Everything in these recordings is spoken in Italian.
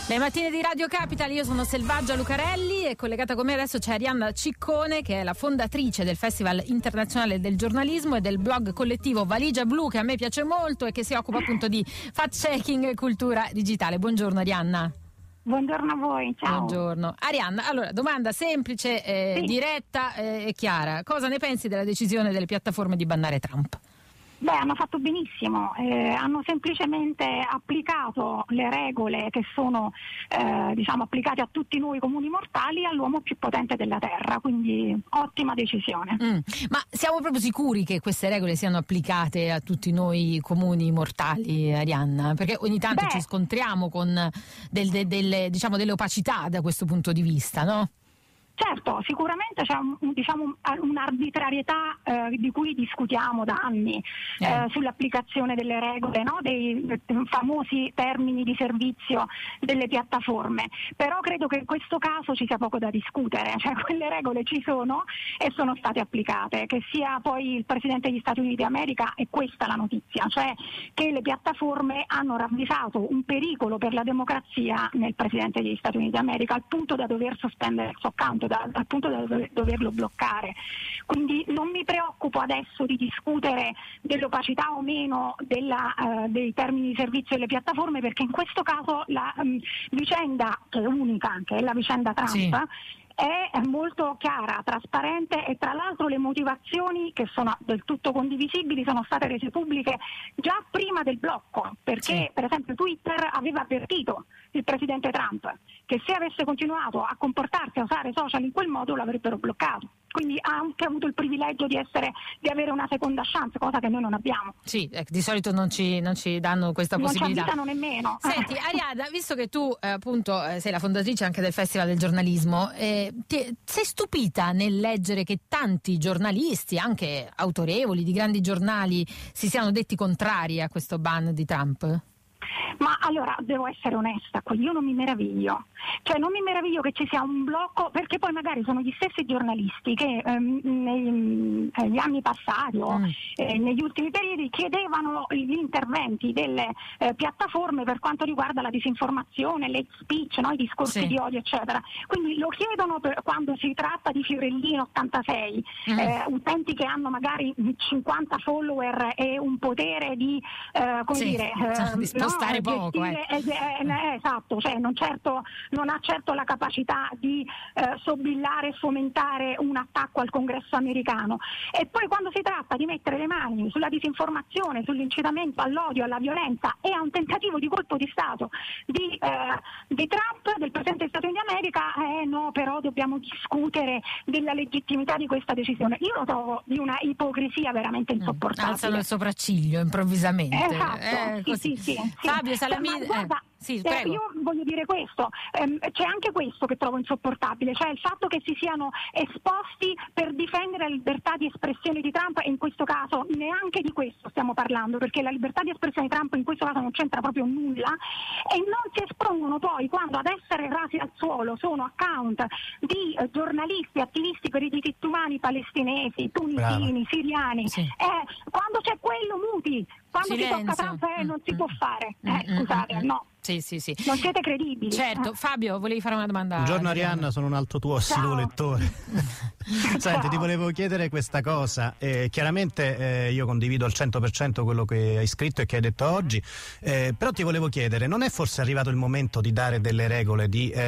Le mattine di Radio Capital, io sono Selvaggia Lucarelli e collegata con me adesso c'è Arianna Ciccone, che è la fondatrice del Festival Internazionale del Giornalismo e del blog collettivo Valigia Blu, che a me piace molto e che si occupa appunto di fact-checking e cultura digitale. Buongiorno Arianna. Buongiorno a voi, ciao. Buongiorno. Arianna, allora, domanda semplice, sì, diretta e chiara. Cosa ne pensi della decisione delle piattaforme di bannare Trump? Beh, hanno fatto benissimo, hanno semplicemente applicato le regole che sono applicate a tutti noi comuni mortali all'uomo più potente della terra, quindi ottima decisione. Ma siamo proprio sicuri che queste regole siano applicate a tutti noi comuni mortali, Arianna? Perché ogni tanto ci scontriamo con delle opacità da questo punto di vista, no? Certo, sicuramente c'è un'arbitrarietà di cui discutiamo da anni sull'applicazione delle regole, no? Dei famosi termini di servizio delle piattaforme, però credo che in questo caso ci sia poco da discutere, cioè quelle regole ci sono e sono state applicate, che sia poi il Presidente degli Stati Uniti d'America, è questa la notizia, cioè che le piattaforme hanno ravvisato un pericolo per la democrazia nel Presidente degli Stati Uniti d'America al punto da dover sospendere il suo account, al punto da doverlo bloccare. Quindi non mi preoccupo adesso di discutere dell'opacità o meno dei termini di servizio delle piattaforme, perché in questo caso la vicenda, che è unica, che è la vicenda Trump, sì, è molto chiara, trasparente, e tra l'altro le motivazioni, che sono del tutto condivisibili, sono state rese pubbliche già prima del blocco, perché per esempio Twitter aveva avvertito il presidente Trump che se avesse continuato a comportarsi, a usare social in quel modo, l'avrebbero bloccato. Quindi ha anche avuto il privilegio di avere una seconda chance, cosa che noi non abbiamo. Sì, di solito non ci danno questa possibilità. Non ci avvitano nemmeno. Senti, Arianna, visto che tu appunto sei la fondatrice anche del Festival del Giornalismo, sei stupita nel leggere che tanti giornalisti, anche autorevoli di grandi giornali, si siano detti contrari a questo ban di Trump? Ma allora, devo essere onesta, io non mi meraviglio, non mi meraviglio che ci sia un blocco, perché poi magari sono gli stessi giornalisti che negli anni passati o negli ultimi periodi chiedevano gli interventi delle piattaforme per quanto riguarda la disinformazione, l'hate speech, no? I discorsi di odio, eccetera. Quindi lo chiedono quando si tratta di Fiorellino 86, utenti che hanno magari 50 follower e un potere di di spostare poco. Esatto, non ha certo la capacità di sobillare e fomentare un attacco al Congresso americano. E poi quando si tratta di mettere le mani sulla disinformazione, sull'incitamento all'odio, alla violenza e a un tentativo di colpo di Stato di Trump, del Presidente degli Stati Uniti d'America, no, però dobbiamo discutere della legittimità di questa decisione. Io lo trovo di una ipocrisia veramente insopportabile. Alzano il sopracciglio improvvisamente. Esatto, sì. Fabio Salamini, guarda, io voglio dire questo, c'è anche questo che trovo insopportabile, cioè il fatto che si siano esposti per difendere la libertà di espressione di Trump, e in questo caso neanche di questo stiamo parlando, perché la libertà di espressione di Trump in questo caso non c'entra proprio nulla, e non si espongono poi quando ad essere rasi al suolo sono account di giornalisti, attivisti per i diritti umani palestinesi, tunisini, siriani, quando c'è quello muti, quando si tocca Trump non si può fare, scusate, no. Sì. Non siete credibili. Certo. Fabio, volevi fare una domanda? Buongiorno Arianna, sono un altro tuo assiduo lettore. Senti, ti volevo chiedere questa cosa. Chiaramente io condivido al 100% quello che hai scritto e che hai detto oggi, però ti volevo chiedere, non è forse arrivato il momento di dare delle regole,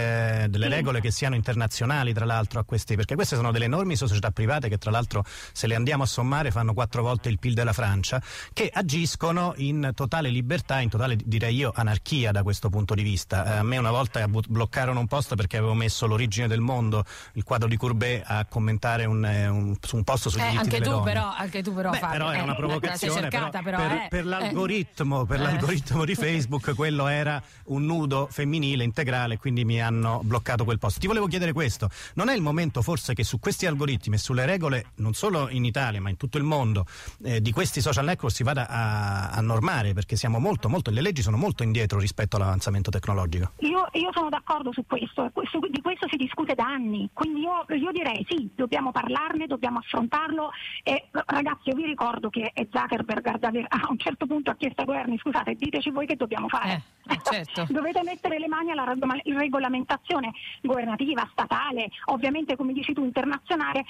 regole che siano internazionali, tra l'altro, a questi, perché queste sono delle enormi società private che tra l'altro, se le andiamo a sommare, fanno 4 volte il PIL della Francia, che agiscono in totale libertà, in totale, direi io, anarchia da questo punto di vista. A me una volta bloccarono un post perché avevo messo L'origine del mondo, il quadro di Courbet, a commentare su un post sui diritti delle donne. Anche tu però Fabio, però era una provocazione, per l'algoritmo di Facebook quello era un nudo femminile integrale, quindi mi hanno bloccato quel post. Ti volevo chiedere questo: non è il momento forse che su questi algoritmi e sulle regole, non solo in Italia ma in tutto il mondo, di questi social network si vada a normare, perché siamo molto, le leggi sono molto indietro rispetto l'avanzamento tecnologico. Io sono d'accordo su questo, di questo si discute da anni, quindi io direi sì, dobbiamo parlarne, dobbiamo affrontarlo e ragazzi io vi ricordo che Zuckerberg a un certo punto ha chiesto a Governi, scusate, diteci voi che dobbiamo fare. Certo. Dovete mettere le mani alla regolamentazione governativa, statale, ovviamente come dici tu internazionale,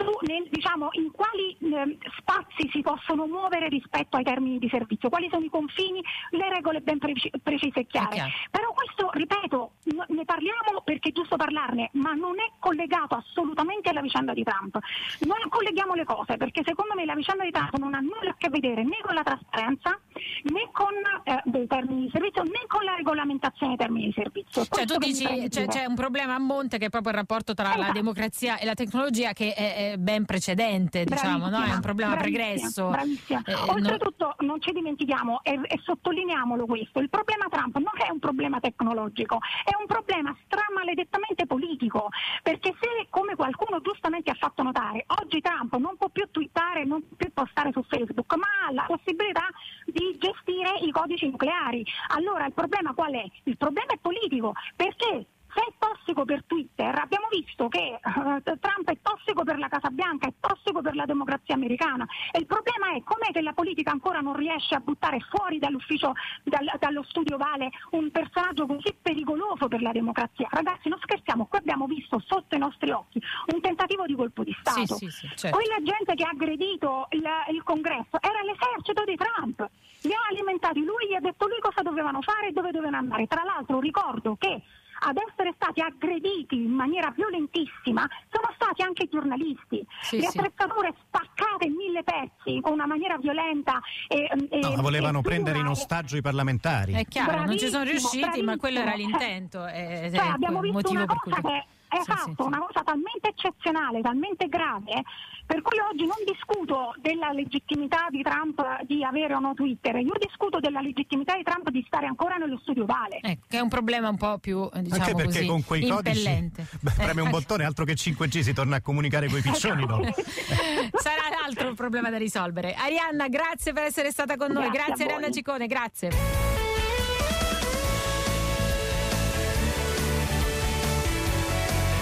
in quali spazi si possono muovere rispetto ai termini di servizio, quali sono i confini, le regole ben precise e chiare. Però questo, ripeto, ne parliamo perché è giusto parlarne, ma non è collegato assolutamente alla vicenda di Trump. Non colleghiamo le cose perché secondo me la vicenda di Trump non ha nulla a che vedere né con la trasparenza né con dei termini di servizio né con la regolamentazione dei termini di servizio. Cioè tu dici c'è un problema a monte che è proprio il rapporto tra la democrazia e la tecnologia che è ben precedente, diciamo, no? È un problema pregresso. Bravissima. Oltretutto non ci dimentichiamo e sottolineiamolo questo, il problema Trump non è un problema tecnologico, è un problema stramaledettamente politico, perché se, come qualcuno giustamente ha fatto notare, oggi Trump non può più twittare, non può più postare su Facebook, ma ha la possibilità di gestire i codici nucleari. Allora il problema qual è? Il problema è politico, perché se è tossico per Twitter, abbiamo visto che Trump è tossico per la Casa Bianca, è tossico per la democrazia americana, e il problema è com'è che la politica ancora non riesce a buttare fuori dall'ufficio, dallo studio Ovale, un personaggio così pericoloso per la democrazia. Ragazzi, non scherziamo, qui abbiamo visto sotto i nostri occhi un tentativo di colpo di Stato. Sì, certo. Quella gente che ha aggredito il congresso era l'esercito di Trump, li ha alimentati lui, gli ha detto lui cosa dovevano fare e dove dovevano andare. Tra l'altro ricordo che ad essere stati aggrediti in maniera violentissima sono stati anche i giornalisti, le attrezzature spaccate in 1000 pezzi con una maniera violenta volevano prendere in ostaggio i parlamentari. È chiaro, non ci sono riusciti, ma quello era l'intento, abbiamo visto motivo una per cosa cui che è una cosa talmente eccezionale, talmente grave, per cui oggi non discuto della legittimità di Trump di avere o no Twitter, io discuto della legittimità di Trump di stare ancora nello studio Ovale. Che è un problema un po' più, diciamo anche perché così, con quei impellente. Codici preme un bottone, altro che 5G, si torna a comunicare coi piccioni dopo. Sarà l'altro problema da risolvere. Arianna, grazie per essere stata con noi. Grazie Arianna Ciccone, grazie.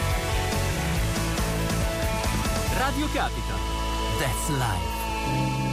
Radio Capita. That's life.